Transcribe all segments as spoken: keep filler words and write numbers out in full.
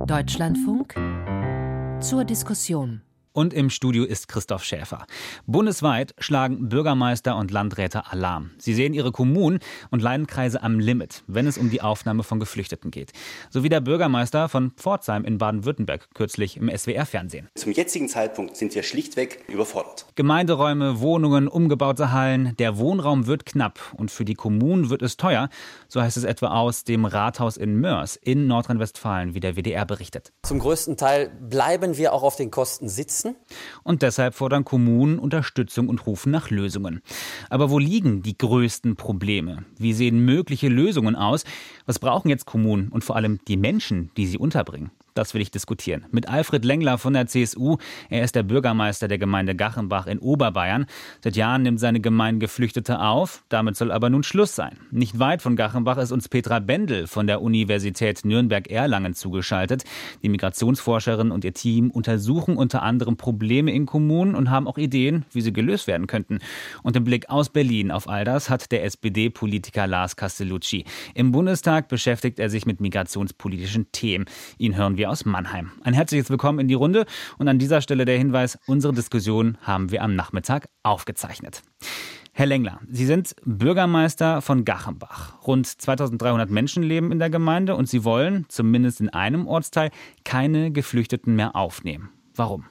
Deutschlandfunk zur Diskussion. Und im Studio ist Christoph Schäfer. Bundesweit schlagen Bürgermeister und Landräte Alarm. Sie sehen ihre Kommunen und Landkreise am Limit, wenn es um die Aufnahme von Geflüchteten geht. So wie der Bürgermeister von Pforzheim in Baden-Württemberg kürzlich im S W R-Fernsehen. Zum jetzigen Zeitpunkt sind wir schlichtweg überfordert. Gemeinderäume, Wohnungen, umgebaute Hallen. Der Wohnraum wird knapp und für die Kommunen wird es teuer. So heißt es etwa aus dem Rathaus in Moers in Nordrhein-Westfalen, wie der W D R berichtet. Zum größten Teil bleiben wir auch auf den Kosten sitzen. Und deshalb fordern Kommunen Unterstützung und rufen nach Lösungen. Aber wo liegen die größten Probleme? Wie sehen mögliche Lösungen aus? Was brauchen jetzt Kommunen und vor allem die Menschen, die sie unterbringen? Das will ich diskutieren. Mit Alfred Lengler von der C S U. Er ist der Bürgermeister der Gemeinde Gachenbach in Oberbayern. Seit Jahren nimmt seine Gemeinde Geflüchtete auf. Damit soll aber nun Schluss sein. Nicht weit von Gachenbach ist uns Petra Bendel von der Universität Nürnberg-Erlangen zugeschaltet. Die Migrationsforscherin und ihr Team untersuchen unter anderem Probleme in Kommunen und haben auch Ideen, wie sie gelöst werden könnten. Und im Blick aus Berlin auf all das hat der S P D-Politiker Lars Castellucci. Im Bundestag beschäftigt er sich mit migrationspolitischen Themen. Ihn hören wir aus Mannheim. Ein herzliches Willkommen in die Runde und an dieser Stelle der Hinweis, unsere Diskussion haben wir am Nachmittag aufgezeichnet. Herr Lengler, Sie sind Bürgermeister von Gachenbach. Rund zweitausenddreihundert Menschen leben in der Gemeinde und Sie wollen, zumindest in einem Ortsteil, keine Geflüchteten mehr aufnehmen. Warum?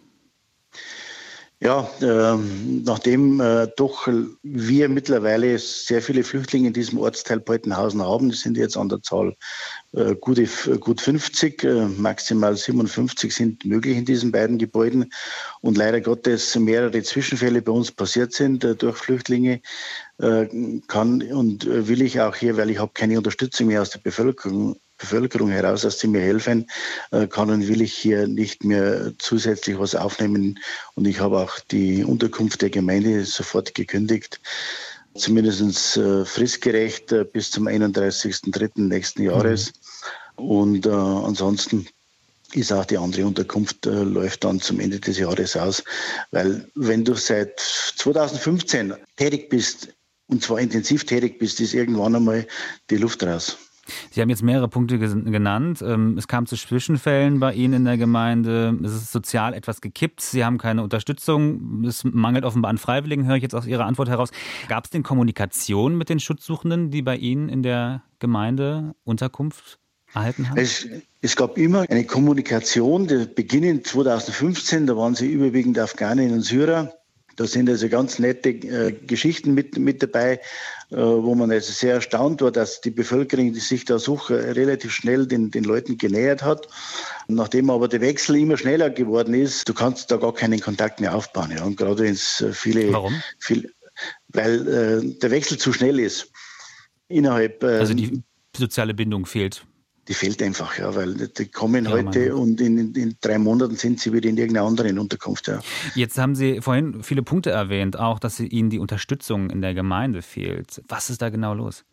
Ja, äh, nachdem äh, doch wir mittlerweile sehr viele Flüchtlinge in diesem Ortsteil Poltenhausen haben, das sind jetzt an der Zahl äh, gute, gut fünfzig, äh, maximal siebenundfünfzig sind möglich in diesen beiden Gebäuden und leider Gottes mehrere Zwischenfälle bei uns passiert sind äh, durch Flüchtlinge, äh, kann und äh, will ich auch hier, weil ich habe keine Unterstützung mehr aus der Bevölkerung, Bevölkerung heraus, dass sie mir helfen, kann und will ich hier nicht mehr zusätzlich was aufnehmen. Und ich habe auch die Unterkunft der Gemeinde sofort gekündigt, zumindest äh, fristgerecht äh, bis zum einunddreißigsten dritten nächsten Jahres. Mhm. Und äh, ansonsten ist auch die andere Unterkunft, äh, läuft dann zum Ende des Jahres aus. Weil wenn du seit zweitausendfünfzehn tätig bist, und zwar intensiv tätig bist, ist irgendwann einmal die Luft raus. Sie haben jetzt mehrere Punkte genannt. Es kam zu Zwischenfällen bei Ihnen in der Gemeinde. Es ist sozial etwas gekippt. Sie haben keine Unterstützung. Es mangelt offenbar an Freiwilligen, höre ich jetzt aus Ihrer Antwort heraus. Gab es denn Kommunikation mit den Schutzsuchenden, die bei Ihnen in der Gemeinde Unterkunft erhalten haben? Es, es gab immer eine Kommunikation. Beginnend zweitausendfünfzehn, da waren sie überwiegend Afghanen und Syrer. Da sind also ganz nette äh, Geschichten mit, mit dabei, äh, wo man also sehr erstaunt war, dass die Bevölkerung, die sich da sucht, relativ schnell den, den Leuten genähert hat. Nachdem aber der Wechsel immer schneller geworden ist, du kannst da gar keinen Kontakt mehr aufbauen. Ja. Und gerade wenn es viele... Warum? Viel, weil äh, der Wechsel zu schnell ist. Innerhalb... Äh, also die soziale Bindung fehlt. Die fehlt einfach, ja, weil die kommen ja, heute und in, in, in drei Monaten sind sie wieder in irgendeiner anderen Unterkunft. Ja. Jetzt haben Sie vorhin viele Punkte erwähnt, auch, dass Ihnen die Unterstützung in der Gemeinde fehlt. Was ist da genau los?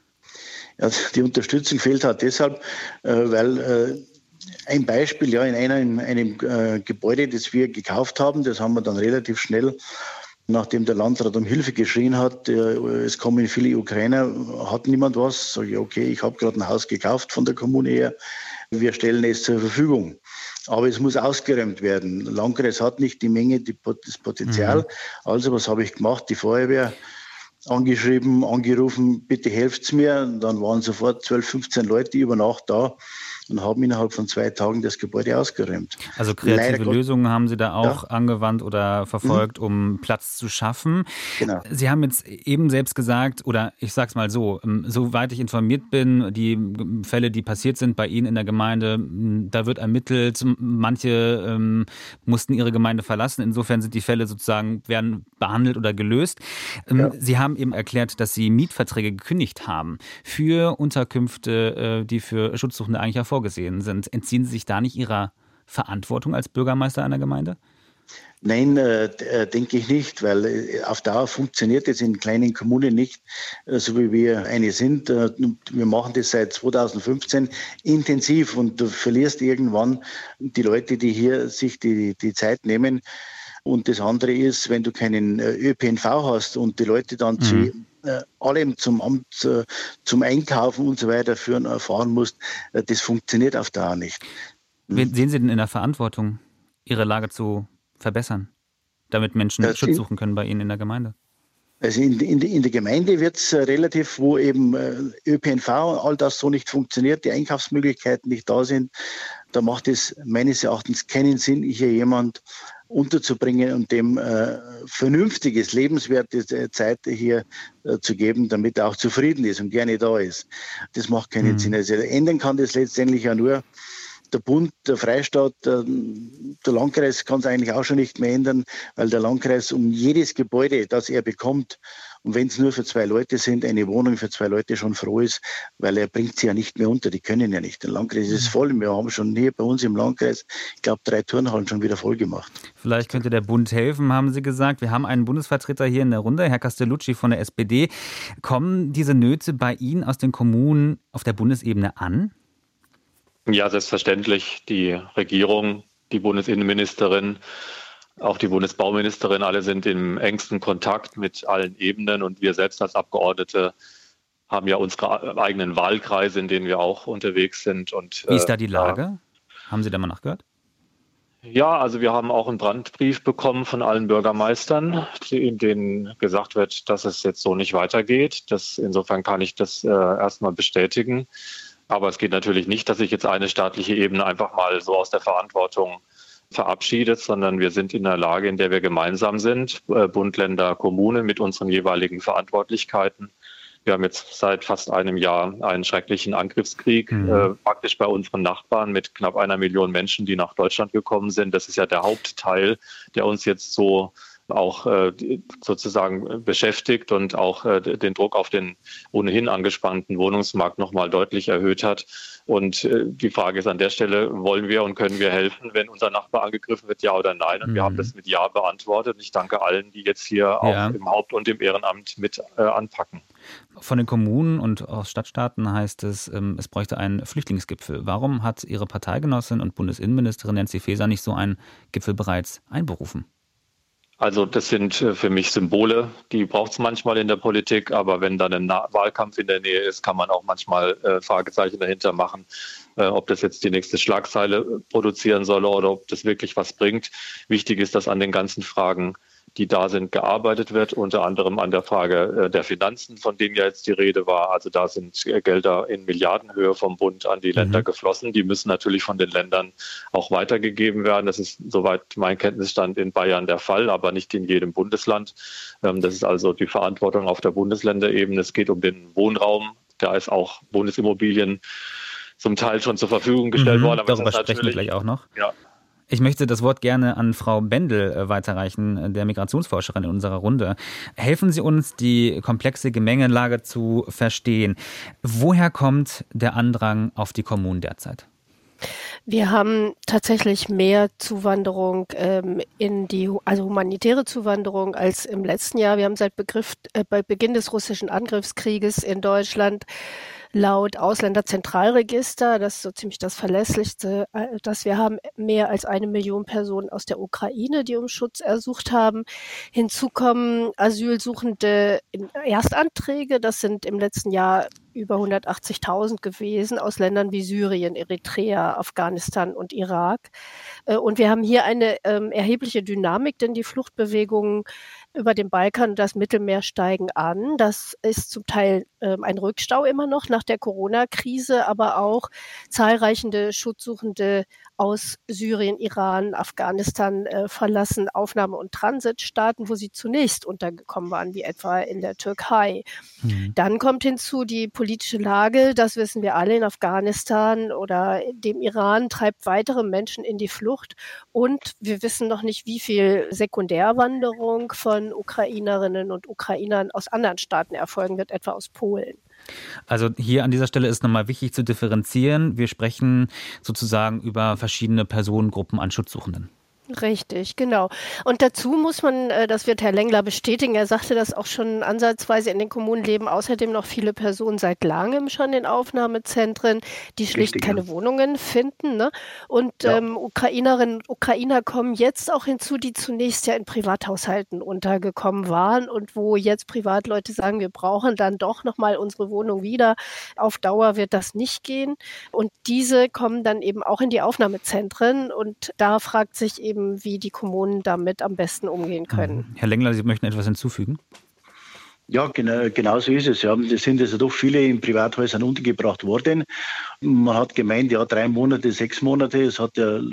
Ja, die Unterstützung fehlt halt deshalb, äh, weil äh, ein Beispiel, ja, in, einer, in einem äh, Gebäude, das wir gekauft haben, das haben wir dann relativ schnell, nachdem der Landrat um Hilfe geschrien hat, äh, es kommen viele Ukrainer, hat niemand was. Sag ich, okay, ich habe gerade ein Haus gekauft von der Kommune her, wir stellen es zur Verfügung. Aber es muss ausgeräumt werden. Der Landkreis hat nicht die Menge, die, das Potenzial. Mhm. Also was habe ich gemacht? Die Feuerwehr angeschrieben, angerufen, bitte helft's mir. Dann waren sofort zwölf, fünfzehn Leute über Nacht da und haben innerhalb von zwei Tagen das Gebäude ausgeräumt. Also kreative Leider Lösungen haben Sie da auch ja. angewandt oder verfolgt, mhm. um Platz zu schaffen. Genau. Sie haben jetzt eben selbst gesagt, oder ich sage es mal so, soweit ich informiert bin, die Fälle, die passiert sind bei Ihnen in der Gemeinde, da wird ermittelt, manche ähm, mussten ihre Gemeinde verlassen. Insofern sind die Fälle sozusagen, werden behandelt oder gelöst. Ähm, ja. Sie haben eben erklärt, dass Sie Mietverträge gekündigt haben für Unterkünfte, die für Schutzsuchende eigentlich ja vorgesehen sind. Entziehen Sie sich da nicht Ihrer Verantwortung als Bürgermeister einer Gemeinde? Nein, äh, denke ich nicht, weil äh, auf Dauer funktioniert es in kleinen Kommunen nicht, äh, so wie wir eine sind. Äh, wir machen das seit zweitausendfünfzehn intensiv und du verlierst irgendwann die Leute, die hier sich die, die Zeit nehmen. Und das andere ist, wenn du keinen äh, Ö P N V hast und die Leute dann mhm. zu äh, allem zum Amt, äh, zum Einkaufen und so weiter führen, erfahren musst, äh, das funktioniert auf Dauer nicht. Wen sehen Sie denn in der Verantwortung, Ihre Lage zu verbessern, damit Menschen Das Schutz suchen können bei Ihnen in der Gemeinde? Also in, in, in der Gemeinde wird es relativ, wo eben äh, Ö P N V und all das so nicht funktioniert, die Einkaufsmöglichkeiten nicht da sind, da macht es meines Erachtens keinen Sinn, hier jemand unterzubringen und dem äh, vernünftiges, lebenswerte Zeit hier äh, zu geben, damit er auch zufrieden ist und gerne da ist. Das macht keinen mhm. Sinn. Also ändern kann das letztendlich ja nur der Bund, der Freistaat, der, der Landkreis kann es eigentlich auch schon nicht mehr ändern, weil der Landkreis um jedes Gebäude, das er bekommt, und wenn es nur für zwei Leute sind, eine Wohnung für zwei Leute schon froh ist, weil er bringt sie ja nicht mehr unter, die können ja nicht. Der Landkreis ist voll. Wir haben schon hier bei uns im Landkreis, ich glaube, drei Turnhallen schon wieder voll gemacht. Vielleicht könnte der Bund helfen, haben Sie gesagt. Wir haben einen Bundesvertreter hier in der Runde, Herr Castellucci von der S P D. Kommen diese Nöte bei Ihnen aus den Kommunen auf der Bundesebene an? Ja, selbstverständlich. Die Regierung, die Bundesinnenministerin, auch die Bundesbauministerin, alle sind im engsten Kontakt mit allen Ebenen. Und wir selbst als Abgeordnete haben ja unsere eigenen Wahlkreise, in denen wir auch unterwegs sind. Und, Wie ist da die Lage? Äh, haben Sie da mal nachgehört? Ja, also wir haben auch einen Brandbrief bekommen von allen Bürgermeistern, in denen gesagt wird, dass es jetzt so nicht weitergeht. Das, insofern kann ich das äh, erstmal bestätigen. Aber es geht natürlich nicht, dass sich jetzt eine staatliche Ebene einfach mal so aus der Verantwortung verabschiedet, sondern wir sind in einer Lage, in der wir gemeinsam sind, Bund, Länder, Kommunen mit unseren jeweiligen Verantwortlichkeiten. Wir haben jetzt seit fast einem Jahr einen schrecklichen Angriffskrieg, mhm. äh, praktisch bei unseren Nachbarn mit knapp einer Million Menschen, die nach Deutschland gekommen sind. Das ist ja der Hauptteil, der uns jetzt so auch äh, sozusagen beschäftigt und auch äh, den Druck auf den ohnehin angespannten Wohnungsmarkt nochmal deutlich erhöht hat. Und äh, die Frage ist an der Stelle, wollen wir und können wir helfen, wenn unser Nachbar angegriffen wird, ja oder nein? Und mhm. wir haben das mit Ja beantwortet. Und ich danke allen, die jetzt hier ja. auch im Haupt- und im Ehrenamt mit äh, anpacken. Von den Kommunen und aus Stadtstaaten heißt es, ähm, es bräuchte einen Flüchtlingsgipfel. Warum hat Ihre Parteigenossin und Bundesinnenministerin Nancy Faeser nicht so einen Gipfel bereits einberufen? Also das sind für mich Symbole, die braucht es manchmal in der Politik, aber wenn dann ein Wahlkampf in der Nähe ist, kann man auch manchmal äh, Fragezeichen dahinter machen, äh, ob das jetzt die nächste Schlagzeile produzieren soll oder ob das wirklich was bringt. Wichtig ist, dass an den ganzen Fragen, die da sind, gearbeitet wird, unter anderem an der Frage der Finanzen, von denen ja jetzt die Rede war. Also da sind Gelder in Milliardenhöhe vom Bund an die Länder mhm. geflossen. Die müssen natürlich von den Ländern auch weitergegeben werden. Das ist, soweit mein Kenntnisstand, in Bayern der Fall, aber nicht in jedem Bundesland. Das ist also die Verantwortung auf der Bundesländerebene. Es geht um den Wohnraum. Da ist auch Bundesimmobilien zum Teil schon zur Verfügung gestellt mhm, worden. Aber darüber sprechen wir gleich auch noch. Ja. Ich möchte das Wort gerne an Frau Bendel weiterreichen, der Migrationsforscherin in unserer Runde. Helfen Sie uns, die komplexe Gemengelage zu verstehen. Woher kommt der Andrang auf die Kommunen derzeit? Wir haben tatsächlich mehr Zuwanderung ähm, in die, also humanitäre Zuwanderung als im letzten Jahr. Wir haben seit Begriff, äh, bei Beginn des russischen Angriffskrieges in Deutschland laut Ausländerzentralregister, das ist so ziemlich das verlässlichste, dass wir haben, mehr als eine Million Personen aus der Ukraine, die um Schutz ersucht haben. Hinzu kommen Asylsuchende in Erstanträge, das sind im letzten Jahr über hundertachtzigtausend gewesen, aus Ländern wie Syrien, Eritrea, Afghanistan und Irak. Und wir haben hier eine ähm, erhebliche Dynamik, denn die Fluchtbewegungen über den Balkan und das Mittelmeer steigen an. Das ist zum Teil ähm, ein Rückstau immer noch nach der Corona-Krise, aber auch zahlreiche Schutzsuchende aus Syrien, Iran, Afghanistan äh, verlassen Aufnahme- und Transitstaaten, wo sie zunächst untergekommen waren, wie etwa in der Türkei. Mhm. Dann kommt hinzu die politische Lage, das wissen wir alle, in Afghanistan oder dem Iran treibt weitere Menschen in die Flucht. Und wir wissen noch nicht, wie viel Sekundärwanderung von Ukrainerinnen und Ukrainern aus anderen Staaten erfolgen wird, etwa aus Polen. Also hier an dieser Stelle ist nochmal wichtig zu differenzieren. Wir sprechen sozusagen über verschiedene Personengruppen an Schutzsuchenden. Richtig, genau. Und dazu muss man, äh, das wird Herr Lengler bestätigen, er sagte das auch schon ansatzweise, in den Kommunen leben außerdem noch viele Personen seit langem schon in Aufnahmezentren, die schlicht Richtig, keine ja. Wohnungen finden. Ne? Und Ja. ähm, Ukrainerinnen und Ukrainer kommen jetzt auch hinzu, die zunächst ja in Privathaushalten untergekommen waren und wo jetzt Privatleute sagen, wir brauchen dann doch nochmal unsere Wohnung wieder. Auf Dauer wird das nicht gehen. Und diese kommen dann eben auch in die Aufnahmezentren und da fragt sich eben, wie die Kommunen damit am besten umgehen können. Herr Lengler, Sie möchten etwas hinzufügen? Ja, genau, genau so ist es. Ja. Es sind also doch viele in Privathäusern untergebracht worden. Man hat gemeint, ja, drei Monate, sechs Monate. Es hat ja,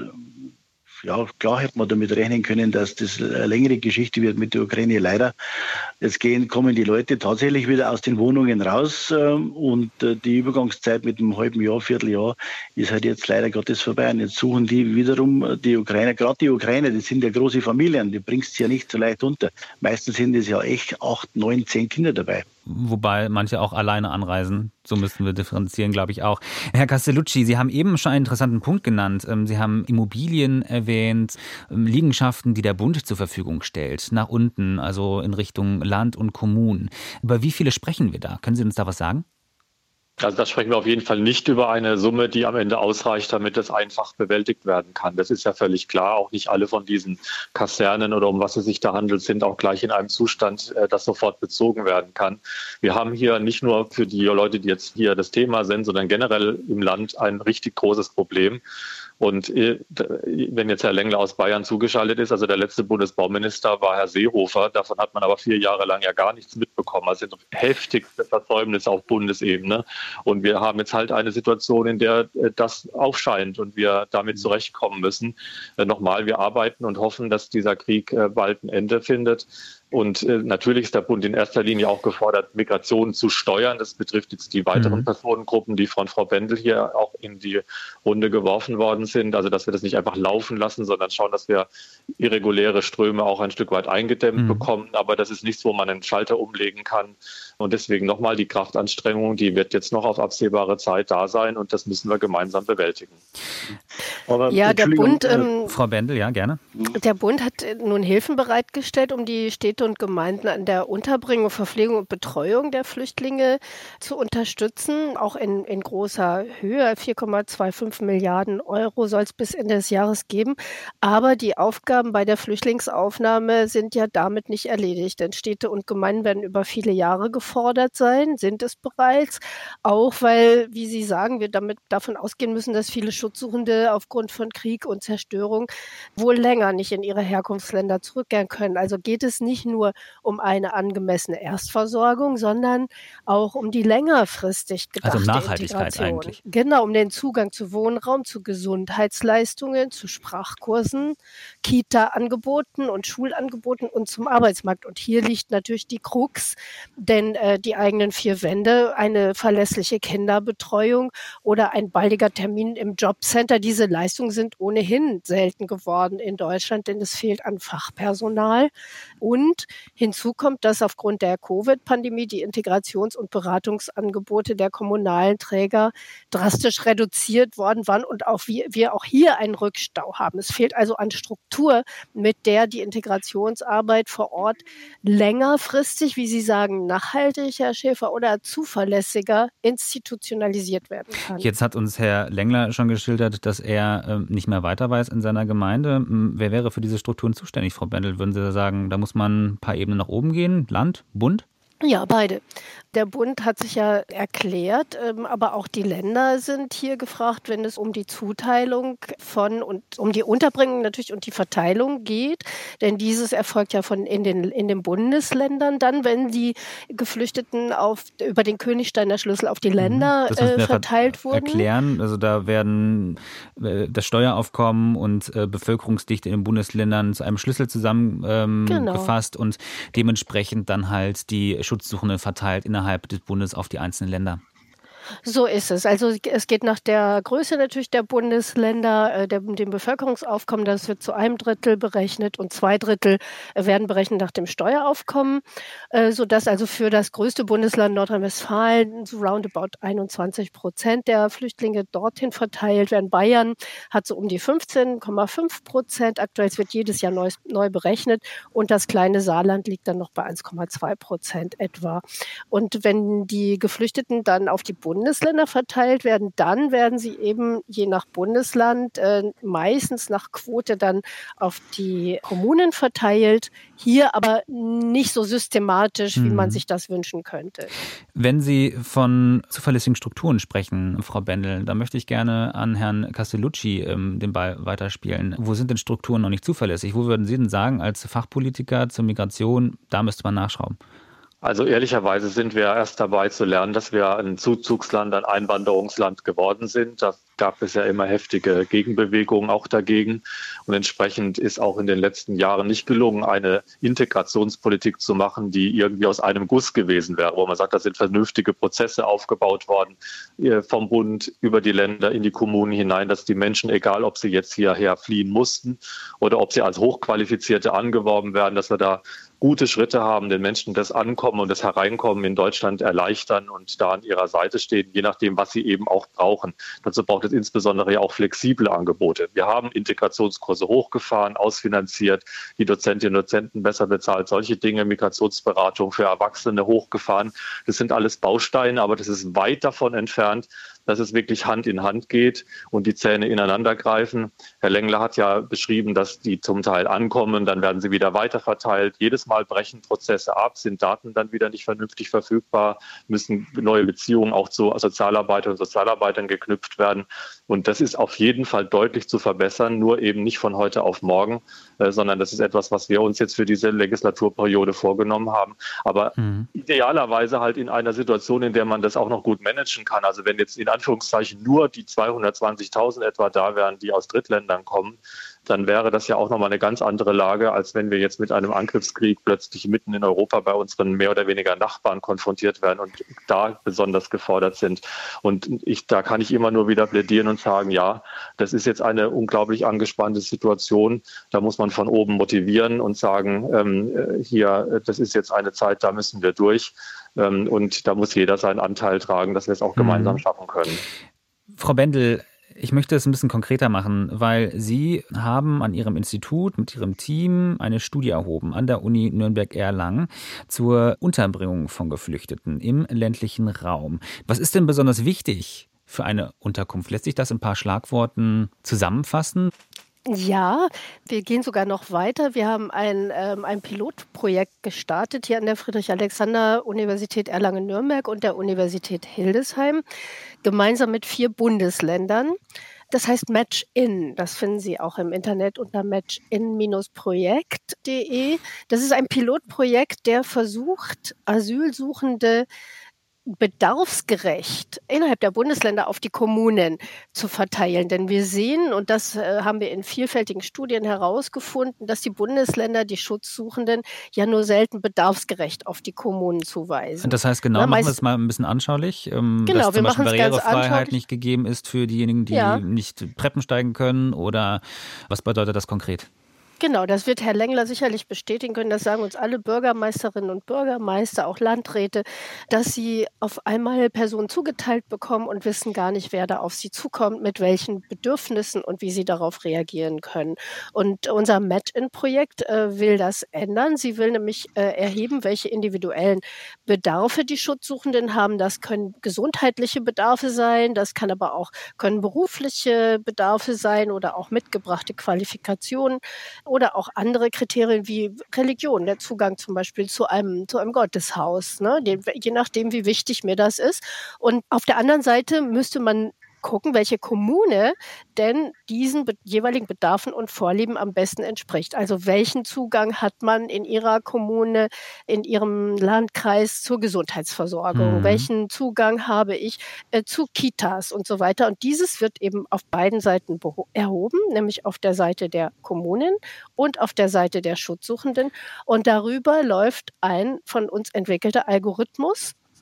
ja, klar hätte man damit rechnen können, dass das eine längere Geschichte wird mit der Ukraine. Leider. Jetzt gehen, kommen die Leute tatsächlich wieder aus den Wohnungen raus und die Übergangszeit mit einem halben Jahr, Vierteljahr ist halt jetzt leider Gottes vorbei. Und jetzt suchen die wiederum die Ukrainer, gerade die Ukrainer, das sind ja große Familien, die bringst du ja nicht so leicht unter. Meistens sind es ja echt acht, neun, zehn Kinder dabei. Wobei manche auch alleine anreisen. So müssten wir differenzieren, glaube ich auch. Herr Castellucci, Sie haben eben schon einen interessanten Punkt genannt. Sie haben Immobilien erwähnt, Liegenschaften, die der Bund zur Verfügung stellt, nach unten, also in Richtung Land und Kommunen. Über wie viele sprechen wir da? Können Sie uns da was sagen? Also da sprechen wir auf jeden Fall nicht über eine Summe, die am Ende ausreicht, damit das einfach bewältigt werden kann. Das ist ja völlig klar. Auch nicht alle von diesen Kasernen oder um was es sich da handelt, sind auch gleich in einem Zustand, das sofort bezogen werden kann. Wir haben hier nicht nur für die Leute, die jetzt hier das Thema sind, sondern generell im Land ein richtig großes Problem. Und wenn jetzt Herr Lengler aus Bayern zugeschaltet ist, also der letzte Bundesbauminister war Herr Seehofer, davon hat man aber vier Jahre lang ja gar nichts mitbekommen. Also sind heftigste Versäumnisse auf Bundesebene. Und wir haben jetzt halt eine Situation, in der das aufscheint und wir damit zurechtkommen müssen. Nochmal, wir arbeiten und hoffen, dass dieser Krieg bald ein Ende findet. Und äh, natürlich ist der Bund in erster Linie auch gefordert, Migration zu steuern. Das betrifft jetzt die weiteren mhm. Personengruppen, die von Frau Bendel hier auch in die Runde geworfen worden sind. Also dass wir das nicht einfach laufen lassen, sondern schauen, dass wir irreguläre Ströme auch ein Stück weit eingedämmt mhm. bekommen. Aber das ist nichts, wo man einen Schalter umlegen kann. Und deswegen nochmal die Kraftanstrengung, die wird jetzt noch auf absehbare Zeit da sein. Und das müssen wir gemeinsam bewältigen. Aber ja, der Bund, ähm, Frau Bendel, ja, gerne. Der Bund hat nun Hilfen bereitgestellt, um die Städte und Gemeinden an der Unterbringung, Verpflegung und Betreuung der Flüchtlinge zu unterstützen, auch in, in großer Höhe. vier Komma fünfundzwanzig Milliarden Euro soll es bis Ende des Jahres geben. Aber die Aufgaben bei der Flüchtlingsaufnahme sind ja damit nicht erledigt, denn Städte und Gemeinden werden über viele Jahre gefordert sein, sind es bereits, auch weil, wie Sie sagen, wir damit davon ausgehen müssen, dass viele Schutzsuchende aufgrund von Krieg und Zerstörung wohl länger nicht in ihre Herkunftsländer zurückkehren können. Also geht es nicht nur um eine angemessene Erstversorgung, sondern auch um die längerfristig gedachte also Nachhaltigkeit Integration. Eigentlich. Genau, um den Zugang zu Wohnraum, zu Gesundheitsleistungen, zu Sprachkursen, Kita-Angeboten und Schulangeboten und zum Arbeitsmarkt. Und hier liegt natürlich die Krux, denn äh, die eigenen vier Wände, eine verlässliche Kinderbetreuung oder ein baldiger Termin im Jobcenter, diese Leistungen sind ohnehin selten geworden in Deutschland, denn es fehlt an Fachpersonal. Und hinzu kommt, dass aufgrund der Covid-Pandemie die Integrations- und Beratungsangebote der kommunalen Träger drastisch reduziert worden waren und auch wir, wir auch hier einen Rückstau haben. Es fehlt also an Struktur, mit der die Integrationsarbeit vor Ort längerfristig, wie Sie sagen, nachhaltig, Herr Schäfer, oder zuverlässiger institutionalisiert werden kann. Jetzt hat uns Herr Lengler schon geschildert, dass er äh, nicht mehr weiter weiß in seiner Gemeinde. Wer wäre für diese Strukturen zuständig, Frau Bendel? Würden Sie sagen, da muss man ein paar Ebenen nach oben gehen? Land, Bund? Ja, beide. Der Bund hat sich ja erklärt, ähm, aber auch die Länder sind hier gefragt, wenn es um die Zuteilung von und um die Unterbringung natürlich und die Verteilung geht. Denn dieses erfolgt ja von in den, in den Bundesländern dann, wenn die Geflüchteten auf, über den Königsteiner Schlüssel auf die Länder äh, verteilt ver- wurden. Erklären, also da werden äh, das Steueraufkommen und äh, Bevölkerungsdichte in den Bundesländern zu einem Schlüssel zusammengefasst ähm, genau. und dementsprechend dann halt die Schutzsuchenden verteilt innerhalb des Bundes auf die einzelnen Länder. So ist es. Also es geht nach der Größe natürlich der Bundesländer, äh, der, dem Bevölkerungsaufkommen. Das wird zu einem Drittel berechnet und zwei Drittel äh, werden berechnet nach dem Steueraufkommen, äh, sodass also für das größte Bundesland Nordrhein-Westfalen so roundabout einundzwanzig Prozent der Flüchtlinge dorthin verteilt werden. Bayern hat so um die fünfzehn Komma fünf Prozent. Aktuell es wird jedes Jahr neu, neu berechnet und das kleine Saarland liegt dann noch bei eins Komma zwei Prozent etwa. Und wenn die Geflüchteten dann auf die Bundesländer verteilt werden, dann werden sie eben je nach Bundesland äh, meistens nach Quote dann auf die Kommunen verteilt. Hier aber nicht so systematisch, wie man sich das wünschen könnte. Wenn Sie von zuverlässigen Strukturen sprechen, Frau Bendel, da möchte ich gerne an Herrn Castellucci ähm, den Ball weiterspielen. Wo sind denn Strukturen noch nicht zuverlässig? Wo würden Sie denn sagen, als Fachpolitiker zur Migration, da müsste man nachschrauben? Also ehrlicherweise sind wir erst dabei zu lernen, dass wir ein Zuzugsland, ein Einwanderungsland geworden sind. Da gab es ja immer heftige Gegenbewegungen auch dagegen. Und entsprechend ist auch in den letzten Jahren nicht gelungen, eine Integrationspolitik zu machen, die irgendwie aus einem Guss gewesen wäre, wo man sagt, da sind vernünftige Prozesse aufgebaut worden, vom Bund über die Länder in die Kommunen hinein, dass die Menschen, egal ob sie jetzt hierher fliehen mussten oder ob sie als Hochqualifizierte angeworben werden, dass wir da gute Schritte haben, den Menschen das Ankommen und das Hereinkommen in Deutschland erleichtern und da an ihrer Seite stehen, je nachdem, was sie eben auch brauchen. Dazu braucht es insbesondere ja auch flexible Angebote. Wir haben Integrationskurse hochgefahren, ausfinanziert, die Dozentinnen und Dozenten besser bezahlt, solche Dinge, Migrationsberatung für Erwachsene hochgefahren. Das sind alles Bausteine, aber das ist weit davon entfernt, dass es wirklich Hand in Hand geht und die Zähne ineinander greifen. Herr Lengler hat ja beschrieben, dass die zum Teil ankommen, dann werden sie wieder weiterverteilt. Jedes Mal brechen Prozesse ab, sind Daten dann wieder nicht vernünftig verfügbar, müssen neue Beziehungen auch zu Sozialarbeiterinnen und Sozialarbeitern geknüpft werden. Und das ist auf jeden Fall deutlich zu verbessern, nur eben nicht von heute auf morgen, äh, sondern das ist etwas, was wir uns jetzt für diese Legislaturperiode vorgenommen haben. Aber mhm. idealerweise halt in einer Situation, in der man das auch noch gut managen kann. Also wenn jetzt in Anführungszeichen nur die zweihundertzwanzigtausend etwa da wären, die aus Drittländern kommen, dann wäre das ja auch nochmal eine ganz andere Lage, als wenn wir jetzt mit einem Angriffskrieg plötzlich mitten in Europa bei unseren mehr oder weniger Nachbarn konfrontiert werden und da besonders gefordert sind. Und ich, da kann ich immer nur wieder plädieren und sagen, ja, das ist jetzt eine unglaublich angespannte Situation. Da muss man von oben motivieren und sagen, ähm, hier, das ist jetzt eine Zeit, da müssen wir durch. Ähm, und da muss jeder seinen Anteil tragen, dass wir es auch gemeinsam schaffen können. Frau Bendel, ich möchte es ein bisschen konkreter machen, weil Sie haben an Ihrem Institut mit Ihrem Team eine Studie erhoben an der Uni Nürnberg-Erlangen zur Unterbringung von Geflüchteten im ländlichen Raum. Was ist denn besonders wichtig für eine Unterkunft? Lässt sich das in ein paar Schlagworten zusammenfassen? Ja, wir gehen sogar noch weiter. Wir haben ein, ähm, ein Pilotprojekt gestartet hier an der Friedrich-Alexander-Universität Erlangen-Nürnberg und der Universität Hildesheim, gemeinsam mit vier Bundesländern. Das heißt Match-In. Das finden Sie auch im Internet unter matchin Projekt punkt de. Das ist ein Pilotprojekt, der versucht, Asylsuchende bedarfsgerecht innerhalb der Bundesländer auf die Kommunen zu verteilen. Denn wir sehen, und das äh, haben wir in vielfältigen Studien herausgefunden, dass die Bundesländer die Schutzsuchenden ja nur selten bedarfsgerecht auf die Kommunen zuweisen. Und das heißt genau, Na, machen wir es mal ein bisschen anschaulich, ähm, genau, dass zum wir Beispiel Barrierefreiheit nicht gegeben ist für diejenigen, die ja. nicht Treppen steigen können, oder was bedeutet das konkret? Genau, das wird Herr Lengler sicherlich bestätigen können. Das sagen uns alle Bürgermeisterinnen und Bürgermeister, auch Landräte, dass sie auf einmal Personen zugeteilt bekommen und wissen gar nicht, wer da auf sie zukommt, mit welchen Bedürfnissen und wie sie darauf reagieren können. Und unser Match-In-Projekt äh, will das ändern. Sie will nämlich äh, erheben, welche individuellen Bedarfe die Schutzsuchenden haben. Das können gesundheitliche Bedarfe sein, das kann aber auch können berufliche Bedarfe sein oder auch mitgebrachte Qualifikationen. Oder auch andere Kriterien wie Religion, der Zugang zum Beispiel zu einem, zu einem Gotteshaus, ne? Je nachdem, wie wichtig mir das ist. Und auf der anderen Seite müsste man gucken, welche Kommune denn diesen be- jeweiligen Bedarfen und Vorlieben am besten entspricht. Also welchen Zugang hat man in ihrer Kommune, in ihrem Landkreis zur Gesundheitsversorgung? Mhm. Welchen Zugang habe ich äh, zu Kitas und so weiter? Und dieses wird eben auf beiden Seiten beho- erhoben, nämlich auf der Seite der Kommunen und auf der Seite der Schutzsuchenden. Und darüber läuft ein von uns entwickelter Algorithmus,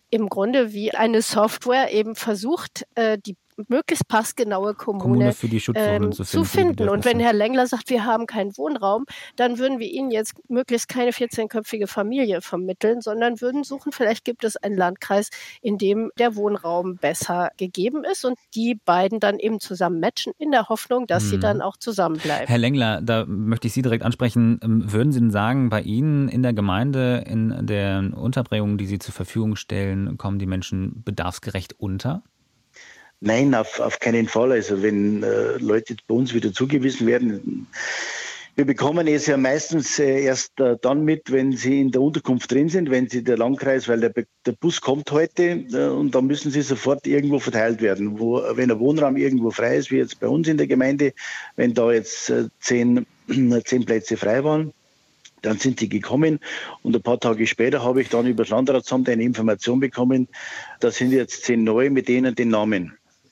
im Grunde wie eine Software eben versucht, äh, die möglichst passgenaue Kommune, Kommune für die Schutzsuchenden ähm, zu zu finden. finden. Und wenn Herr Lengler sagt, wir haben keinen Wohnraum, dann würden wir Ihnen jetzt möglichst keine vierzehnköpfige Familie vermitteln, sondern würden suchen, vielleicht gibt es einen Landkreis, in dem der Wohnraum besser gegeben ist und die beiden dann eben zusammen matchen, in der Hoffnung, dass hm. sie dann auch zusammenbleiben. Herr Lengler, da möchte ich Sie direkt ansprechen. Würden Sie denn sagen, bei Ihnen in der Gemeinde, in der Unterbringung, die Sie zur Verfügung stellen, kommen die Menschen bedarfsgerecht unter? Nein, auf, auf keinen Fall. Also wenn äh, Leute bei uns wieder zugewiesen werden, wir bekommen es ja meistens äh, erst äh, dann mit, wenn sie in der Unterkunft drin sind, wenn sie der Landkreis, weil der, der Bus kommt heute äh, und dann müssen sie sofort irgendwo verteilt werden. Wo, wenn ein Wohnraum irgendwo frei ist, wie jetzt bei uns in der Gemeinde, wenn da jetzt äh, zehn, äh, zehn Plätze frei waren, dann sind die gekommen und ein paar Tage später habe ich dann über das Landratsamt eine Information bekommen, da sind jetzt zehn neue mit denen den Namen.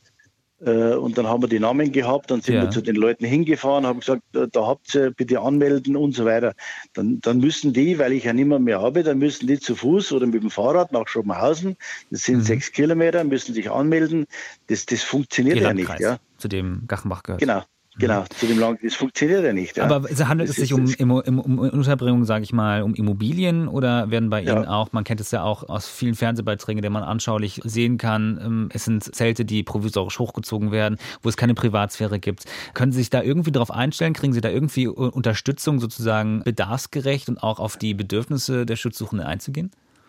Und dann haben wir die Namen gehabt, dann sind ja. wir zu den Leuten hingefahren, haben gesagt, da habt ihr bitte anmelden und so weiter. Dann, dann müssen die, weil ich ja niemand mehr habe, dann müssen die zu Fuß oder mit dem Fahrrad nach Schopenhausen, das sind mhm. sechs Kilometer, müssen sich anmelden. Das, das funktioniert ja nicht. Ja. Zu dem Gachenbach gehört. Genau. Genau, mhm. zu dem Land, das funktioniert ja nicht. Ja. Aber handelt das es sich um, um, um, um Unterbringung, sage ich mal, um Immobilien oder werden bei ja. Ihnen auch, man kennt es ja auch aus vielen Fernsehbeiträgen, die man anschaulich sehen kann, es sind Zelte, die provisorisch hochgezogen werden, wo es keine Privatsphäre gibt. Können Sie sich da irgendwie darauf einstellen? Kriegen Sie da irgendwie Unterstützung, sozusagen bedarfsgerecht und auch auf die Bedürfnisse der Schutzsuchenden einzugehen?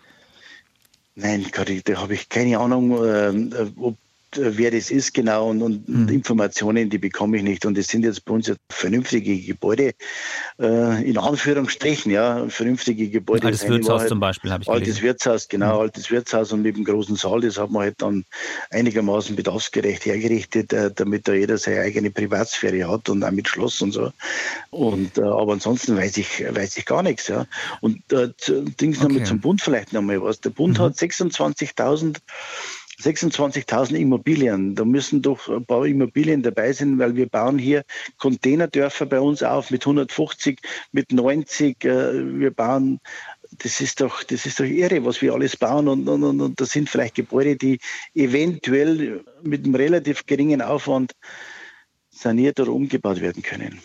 Nein, da habe ich keine Ahnung, äh, ob wer das ist genau und, und mhm. Informationen, die bekomme ich nicht. Und das sind jetzt bei uns jetzt vernünftige Gebäude, äh, in Anführungsstrichen, ja, vernünftige Gebäude. Altes Wirtshaus halt, zum Beispiel, habe ich Altes gelesen. Wirtshaus, genau, mhm. altes Wirtshaus und mit dem großen Saal, das hat man halt dann einigermaßen bedarfsgerecht hergerichtet, äh, damit da jeder seine eigene Privatsphäre hat und auch mit Schloss und so. Und, äh, aber ansonsten weiß ich, weiß ich gar nichts, ja. Und äh, Dings okay. nochmal zum Bund vielleicht nochmal was. Der Bund mhm. hat sechsundzwanzigtausend sechsundzwanzigtausend Immobilien. Da müssen doch ein paar Immobilien dabei sein, weil wir bauen hier Containerdörfer bei uns auf mit hundertfünfzig, mit neunzig. Wir bauen, das ist doch, das ist doch irre, was wir alles bauen. Und, und, und, und das sind vielleicht Gebäude, die eventuell mit einem relativ geringen Aufwand saniert oder umgebaut werden können.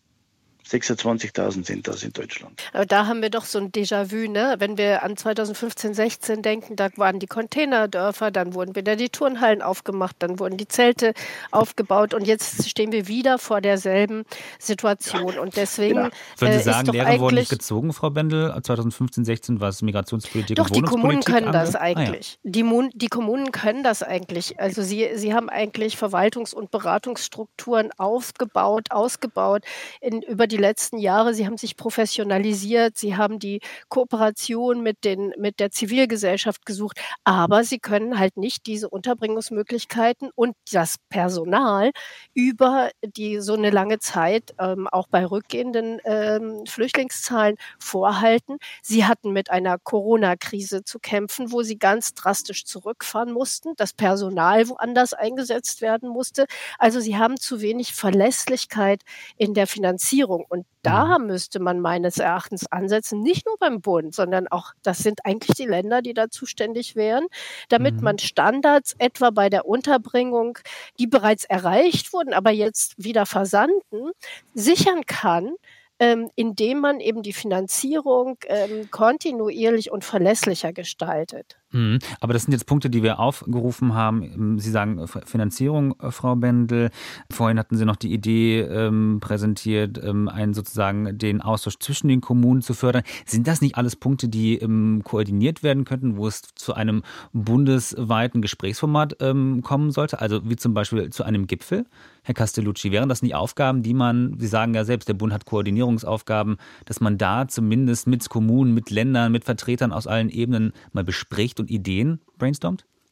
sechsundzwanzigtausend sind das in Deutschland. Aber da haben wir doch so ein Déjà-vu, ne? Wenn wir an zweitausendfünfzehn, sechzehn denken, da waren die Containerdörfer, dann wurden wieder die Turnhallen aufgemacht, dann wurden die Zelte aufgebaut und jetzt stehen wir wieder vor derselben Situation. Und deswegen ja. Würden Sie äh, sagen, ist doch Lehre wurden nicht eigentlich gezogen, Frau Bendel, zweitausendfünfzehn, sechzehn, was Migrationspolitik Doch, und die Kommunen Wohnungspolitik können das angeht? eigentlich. Ah, ja. die, Mon- die Kommunen können das eigentlich. Also sie, sie haben eigentlich Verwaltungs- und Beratungsstrukturen aufgebaut, ausgebaut in, über die letzten Jahre. Sie haben sich professionalisiert, sie haben die Kooperation mit, den, mit der Zivilgesellschaft gesucht, aber sie können halt nicht diese Unterbringungsmöglichkeiten und das Personal über die so eine lange Zeit, ähm, auch bei rückgehenden ähm, Flüchtlingszahlen, vorhalten. Sie hatten mit einer Corona-Krise zu kämpfen, wo sie ganz drastisch zurückfahren mussten, das Personal woanders eingesetzt werden musste. Also sie haben zu wenig Verlässlichkeit in der Finanzierung und da müsste man meines Erachtens ansetzen, nicht nur beim Bund, sondern auch, das sind eigentlich die Länder, die da zuständig wären, damit mhm. man Standards etwa bei der Unterbringung, die bereits erreicht wurden, aber jetzt wieder versanden, sichern kann, ähm, indem man eben die Finanzierung ähm, kontinuierlich und verlässlicher gestaltet. Mhm. Aber das sind jetzt Punkte, die wir aufgerufen haben. Sie sagen Finanzierung, Frau Bendel. Vorhin hatten Sie noch die Idee ähm, präsentiert, ähm, einen sozusagen den Austausch zwischen den Kommunen zu fördern. Sind das nicht alles Punkte, die ähm, koordiniert werden könnten, wo es zu einem bundesweiten Gesprächsformat ähm, kommen sollte? Also wie zum Beispiel zu einem Gipfel? Herr Castellucci, wären das nicht Aufgaben, die man, Sie sagen ja selbst, der Bund hat Koordinierungsaufgaben, dass man da zumindest mit Kommunen, mit Ländern, mit Vertretern aus allen Ebenen mal bespricht und Ideen brainstormt?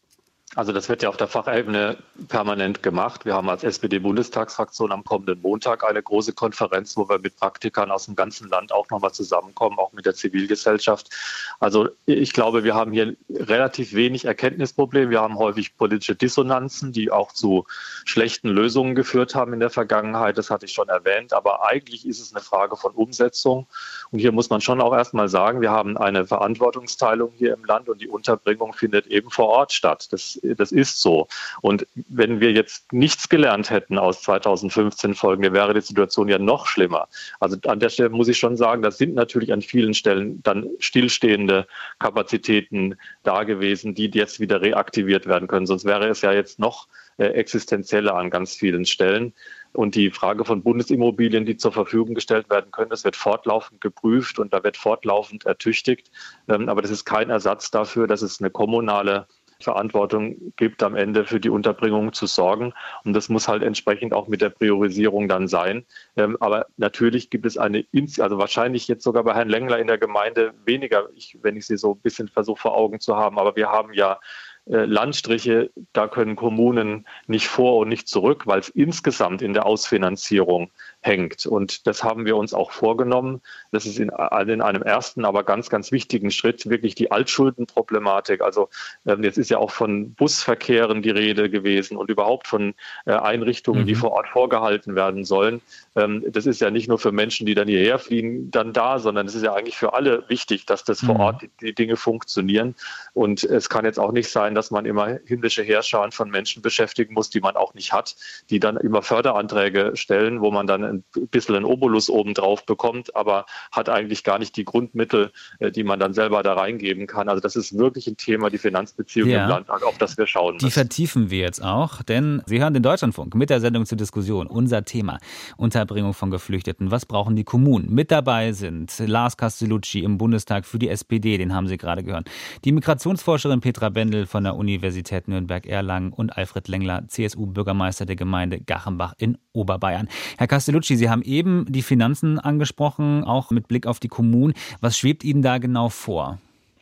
Also das wird ja auf der Fachebene permanent gemacht. Wir haben als S P D-Bundestagsfraktion am kommenden Montag eine große Konferenz, wo wir mit Praktikern aus dem ganzen Land auch nochmal zusammenkommen, auch mit der Zivilgesellschaft. Also ich glaube, wir haben hier relativ wenig Erkenntnisprobleme. Wir haben häufig politische Dissonanzen, die auch zu schlechten Lösungen geführt haben in der Vergangenheit. Das hatte ich schon erwähnt. Aber eigentlich ist es eine Frage von Umsetzung. Und hier muss man schon auch erstmal sagen, wir haben eine Verantwortungsteilung hier im Land und die Unterbringung findet eben vor Ort statt. Das Das ist so. Und wenn wir jetzt nichts gelernt hätten aus zweitausendfünfzehn folgende, wäre die Situation ja noch schlimmer. Also an der Stelle muss ich schon sagen, das sind natürlich an vielen Stellen dann stillstehende Kapazitäten da gewesen, die jetzt wieder reaktiviert werden können. Sonst wäre es ja jetzt noch äh, existenzieller an ganz vielen Stellen. Und die Frage von Bundesimmobilien, die zur Verfügung gestellt werden können, das wird fortlaufend geprüft und da wird fortlaufend ertüchtigt. Ähm, aber das ist kein Ersatz dafür, dass es eine kommunale Verantwortung gibt, am Ende für die Unterbringung zu sorgen. Und das muss halt entsprechend auch mit der Priorisierung dann sein. Ähm, aber natürlich gibt es eine, also wahrscheinlich jetzt sogar bei Herrn Lengler in der Gemeinde weniger, ich, wenn ich sie so ein bisschen versuche vor Augen zu haben. Aber wir haben ja äh, Landstriche, da können Kommunen nicht vor und nicht zurück, weil es insgesamt in der Ausfinanzierung hängt. Und das haben wir uns auch vorgenommen. Das ist in, in einem ersten, aber ganz, ganz wichtigen Schritt wirklich die Altschuldenproblematik. Also ähm, jetzt ist ja auch von Busverkehren die Rede gewesen und überhaupt von äh, Einrichtungen, mhm. die vor Ort vorgehalten werden sollen. Ähm, das ist ja nicht nur für Menschen, die dann hierher fliehen, dann da, sondern es ist ja eigentlich für alle wichtig, dass das mhm. vor Ort die, die Dinge funktionieren. Und es kann jetzt auch nicht sein, dass man immer himmlische Heerscharen von Menschen beschäftigen muss, die man auch nicht hat, die dann immer Förderanträge stellen, wo man dann ein bisschen einen Obolus obendrauf bekommt, aber hat eigentlich gar nicht die Grundmittel, die man dann selber da reingeben kann. Also das ist wirklich ein Thema, die Finanzbeziehungen ja. im Land, auf das wir schauen müssen. Die vertiefen wir jetzt auch, denn Sie hören den Deutschlandfunk mit der Sendung zur Diskussion. Unser Thema, Unterbringung von Geflüchteten. Was brauchen die Kommunen? Mit dabei sind Lars Castellucci im Bundestag für die S P D, den haben Sie gerade gehört. Die Migrationsforscherin Petra Bendel von der Universität Nürnberg-Erlangen und Alfred Lengler, C S U-Bürgermeister der Gemeinde Gachenbach in Oberbayern. Herr Castellucci, Sie haben eben die Finanzen angesprochen, auch mit Blick auf die Kommunen. Was schwebt Ihnen da genau vor?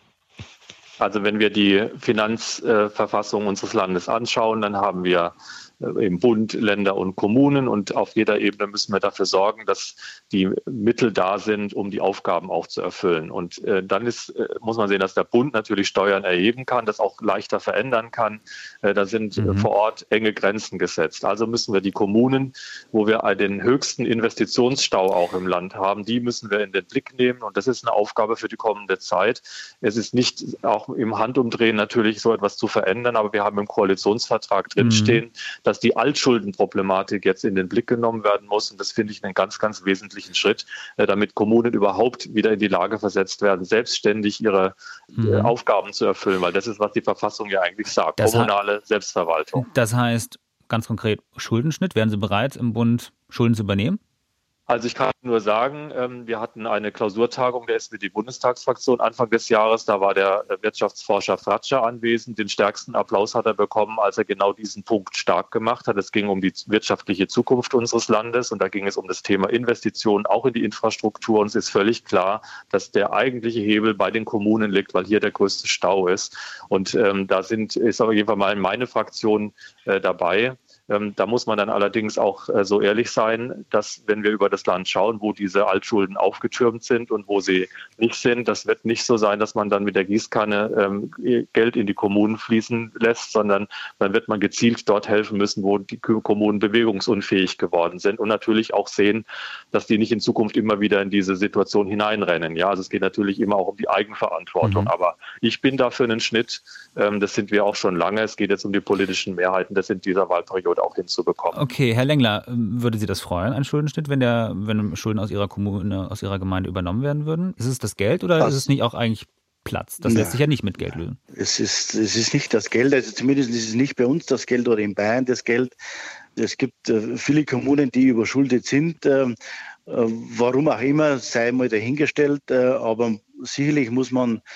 Also wenn wir die Finanzverfassung unseres Landes anschauen, dann haben wir im Bund, Länder und Kommunen und auf jeder Ebene müssen wir dafür sorgen, dass die Mittel da sind, um die Aufgaben auch zu erfüllen. Und äh, dann ist, äh, muss man sehen, dass der Bund natürlich Steuern erheben kann, das auch leichter verändern kann. Äh, da sind mhm. äh, vor Ort enge Grenzen gesetzt. Also müssen wir die Kommunen, wo wir den höchsten Investitionsstau auch im Land haben, die müssen wir in den Blick nehmen. Und das ist eine Aufgabe für die kommende Zeit. Es ist nicht auch im Handumdrehen natürlich so etwas zu verändern, aber wir haben im Koalitionsvertrag drinstehen, mhm. dass die Altschuldenproblematik jetzt in den Blick genommen werden muss. Und das finde ich einen ganz, ganz wesentlichen Schritt, damit Kommunen überhaupt wieder in die Lage versetzt werden, selbstständig ihre mhm. Aufgaben zu erfüllen. Weil das ist, was die Verfassung ja eigentlich sagt. Das Kommunale he- Selbstverwaltung. Das heißt, ganz konkret, Schuldenschnitt. Wären Sie bereit, im Bund Schulden zu übernehmen? Also ich kann nur sagen, wir hatten eine Klausurtagung der S P D-Bundestagsfraktion Anfang des Jahres. Da war der Wirtschaftsforscher Fratscher anwesend. Den stärksten Applaus hat er bekommen, als er genau diesen Punkt stark gemacht hat. Es ging um die wirtschaftliche Zukunft unseres Landes und da ging es um das Thema Investitionen, auch in die Infrastruktur. Und es ist völlig klar, dass der eigentliche Hebel bei den Kommunen liegt, weil hier der größte Stau ist. Und ähm, da sind, ist auf jeden Fall mal meine Fraktion äh, dabei. Ähm, da muss man dann allerdings auch äh, so ehrlich sein, dass wenn wir über das Land schauen, wo diese Altschulden aufgetürmt sind und wo sie nicht sind, das wird nicht so sein, dass man dann mit der Gießkanne ähm, Geld in die Kommunen fließen lässt, sondern dann wird man gezielt dort helfen müssen, wo die Kommunen bewegungsunfähig geworden sind und natürlich auch sehen, dass die nicht in Zukunft immer wieder in diese Situation hineinrennen. Ja, also es geht natürlich immer auch um die Eigenverantwortung, mhm. aber ich bin da für einen Schnitt. Ähm, das sind wir auch schon lange. Es geht jetzt um die politischen Mehrheiten, das in dieser Wahlperiode auch hinzubekommen. Okay, Herr Lengler, würde Sie das freuen, ein Schuldenschnitt, wenn der, wenn Schulden aus Ihrer Kommune, aus Ihrer Gemeinde übernommen werden würden? Ist es das Geld oder das, ist es nicht auch eigentlich Platz? Das lässt na, sich ja nicht mit Geld lösen. Es ist, es ist nicht das Geld, also zumindest ist es nicht bei uns das Geld oder in Bayern das Geld. Es gibt äh, viele Kommunen, die überschuldet sind. Äh, äh, warum auch immer, sei mal dahingestellt. Äh, aber sicherlich muss man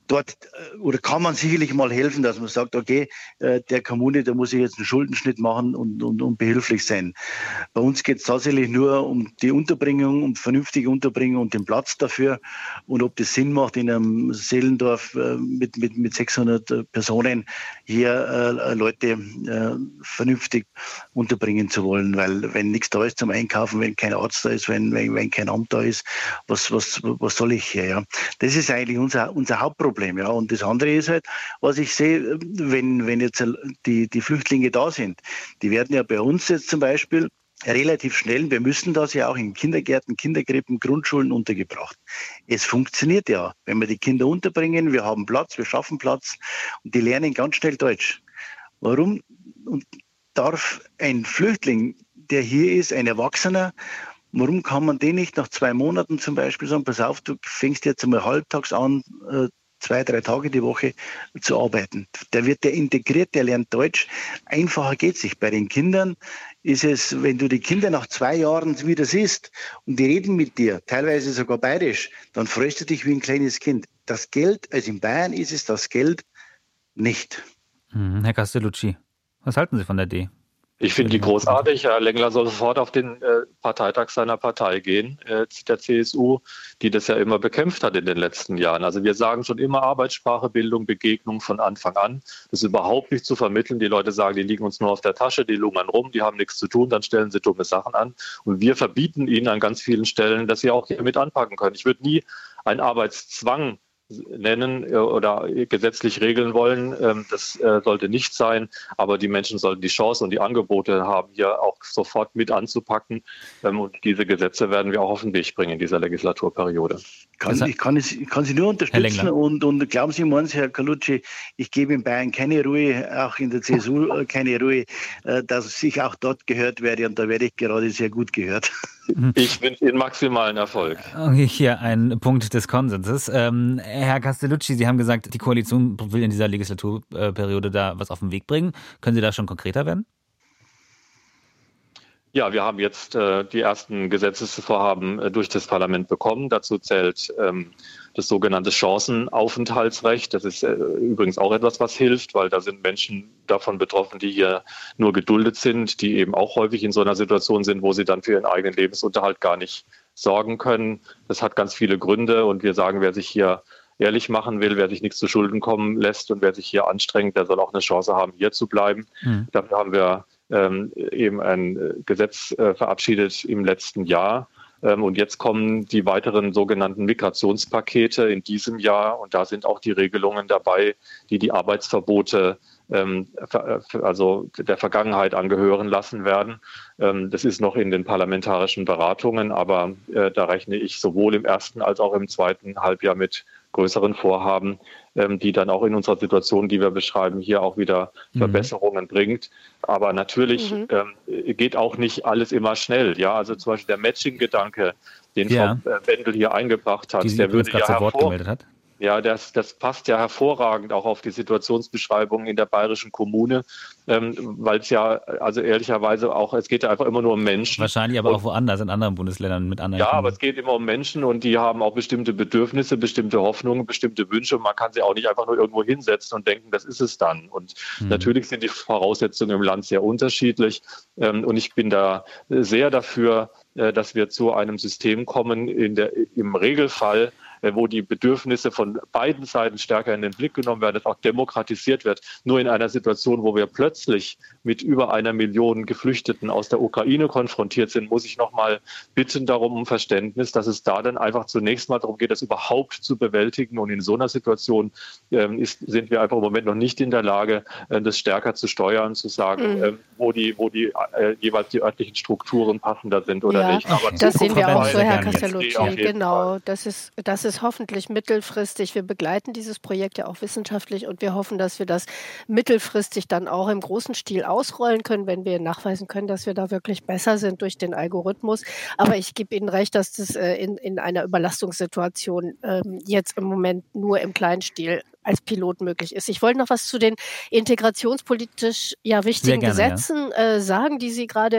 dort oder kann man sicherlich mal helfen, dass man sagt, okay, der Kommune, da muss ich jetzt einen Schuldenschnitt machen und, und, und behilflich sein. Bei uns geht es tatsächlich nur um die Unterbringung, um vernünftige Unterbringung und den Platz dafür und ob das Sinn macht, in einem Seelendorf mit, mit, mit sechshundert Personen hier äh, Leute äh, vernünftig unterbringen zu wollen, weil wenn nichts da ist zum Einkaufen, wenn kein Arzt da ist, wenn, wenn, wenn kein Amt da ist, was, was, was soll ich hier? Ja? Das ist eigentlich unser, unser Hauptproblem. Ja. Und das andere ist halt, was ich sehe, wenn, wenn jetzt die, die Flüchtlinge da sind, die werden ja bei uns jetzt zum Beispiel relativ schnell, wir müssen das ja auch in Kindergärten, Kinderkrippen, Grundschulen untergebracht. Es funktioniert ja, wenn wir die Kinder unterbringen, wir haben Platz, wir schaffen Platz und die lernen ganz schnell Deutsch. Warum und darf ein Flüchtling, der hier ist, ein Erwachsener, warum kann man den nicht nach zwei Monaten zum Beispiel sagen, pass auf, du fängst jetzt einmal halbtags an, äh, zwei, drei Tage die Woche zu arbeiten. Der wird der integriert, der lernt Deutsch. Einfacher geht es nicht. Bei den Kindern ist es, wenn du die Kinder nach zwei Jahren wieder siehst und die reden mit dir, teilweise sogar bayerisch, dann freust du dich wie ein kleines Kind. Das Geld, also in Bayern ist es das Geld nicht. Herr Castellucci, was halten Sie von der Idee? Ich finde die großartig. Herr Lengler soll sofort auf den äh, Parteitag seiner Partei gehen, äh, der C S U, die das ja immer bekämpft hat in den letzten Jahren. Also wir sagen schon immer Arbeitssprache, Bildung, Begegnung von Anfang an. Das ist überhaupt nicht zu vermitteln. Die Leute sagen, die liegen uns nur auf der Tasche, die lungern rum, die haben nichts zu tun, dann stellen sie dumme Sachen an. Und wir verbieten ihnen an ganz vielen Stellen, dass sie auch hier mit anpacken können. Ich würde nie einen Arbeitszwang nennen oder gesetzlich regeln wollen. Das sollte nicht sein, aber die Menschen sollten die Chance und die Angebote haben, hier auch sofort mit anzupacken. Und diese Gesetze werden wir auch auf den Weg bringen in dieser Legislaturperiode. Kann, ich, kann es, ich kann Sie nur unterstützen und, und glauben Sie mir, Herr Castellucci, ich gebe in Bayern keine Ruhe, auch in der C S U keine Ruhe, dass ich auch dort gehört werde und da werde ich gerade sehr gut gehört. Ich wünsche Ihnen maximalen Erfolg. Okay, hier ein Punkt des Konsenses. Ähm, Herr Castellucci, Sie haben gesagt, die Koalition will in dieser Legislaturperiode da was auf den Weg bringen. Können Sie da schon konkreter werden? Ja, wir haben jetzt äh, die ersten Gesetzesvorhaben äh, durch das Parlament bekommen. Dazu zählt ähm, das sogenannte Chancenaufenthaltsrecht. Das ist äh, übrigens auch etwas, was hilft, weil da sind Menschen davon betroffen, die hier nur geduldet sind, die eben auch häufig in so einer Situation sind, wo sie dann für ihren eigenen Lebensunterhalt gar nicht sorgen können. Das hat ganz viele Gründe und wir sagen, wer sich hier ehrlich machen will, wer sich nichts zu Schulden kommen lässt und wer sich hier anstrengt, der soll auch eine Chance haben, hier zu bleiben. Mhm. Dafür haben wir ähm, eben ein Gesetz äh, verabschiedet im letzten Jahr. Ähm, und jetzt kommen die weiteren sogenannten Migrationspakete in diesem Jahr. Und da sind auch die Regelungen dabei, die die Arbeitsverbote ähm, also der Vergangenheit angehören lassen werden. Ähm, das ist noch in den parlamentarischen Beratungen, aber äh, da rechne ich sowohl im ersten als auch im zweiten Halbjahr mit größeren Vorhaben, ähm, die dann auch in unserer Situation, die wir beschreiben, hier auch wieder mhm. Verbesserungen bringt. Aber natürlich mhm. ähm, geht auch nicht alles immer schnell. Ja, also zum Beispiel der Matching-Gedanke, den ja. Frau Bendel hier eingebracht hat, die der würde ja zu Wort gemeldet hat. Ja, das, das passt ja hervorragend auch auf die Situationsbeschreibung in der bayerischen Kommune, ähm, weil es ja, also ehrlicherweise auch, es geht ja einfach immer nur um Menschen. Wahrscheinlich aber und, auch woanders, in anderen Bundesländern mit anderen. Ja, Kommunen. Aber es geht immer um Menschen und die haben auch bestimmte Bedürfnisse, bestimmte Hoffnungen, bestimmte Wünsche und man kann sie auch nicht einfach nur irgendwo hinsetzen und denken, das ist es dann. Und hm. natürlich sind die Voraussetzungen im Land sehr unterschiedlich ähm, und ich bin da sehr dafür, äh, dass wir zu einem System kommen, in der, im Regelfall, wo die Bedürfnisse von beiden Seiten stärker in den Blick genommen werden, dass auch demokratisiert wird. Nur in einer Situation, wo wir plötzlich mit über einer Million Geflüchteten aus der Ukraine konfrontiert sind, muss ich noch mal bitten darum um Verständnis, dass es da dann einfach zunächst mal darum geht, das überhaupt zu bewältigen. Und in so einer Situation ähm, ist, sind wir einfach im Moment noch nicht in der Lage, äh, das stärker zu steuern, zu sagen, mhm. äh, wo die, wo die äh, jeweils die örtlichen Strukturen passender sind oder ja, nicht. Aber das sehen wir auch so, Herr Castellucci. Genau, Fall. das ist, das ist hoffentlich mittelfristig. Wir begleiten dieses Projekt ja auch wissenschaftlich und wir hoffen, dass wir das mittelfristig dann auch im großen Stil ausrollen können, wenn wir nachweisen können, dass wir da wirklich besser sind durch den Algorithmus. Aber ich gebe Ihnen recht, dass das äh, in, in einer Überlastungssituation ähm, jetzt im Moment nur im kleinen Stil als Pilot möglich ist. Ich wollte noch was zu den integrationspolitisch ja wichtigen gerne, Gesetzen ja. äh, sagen, die Sie gerade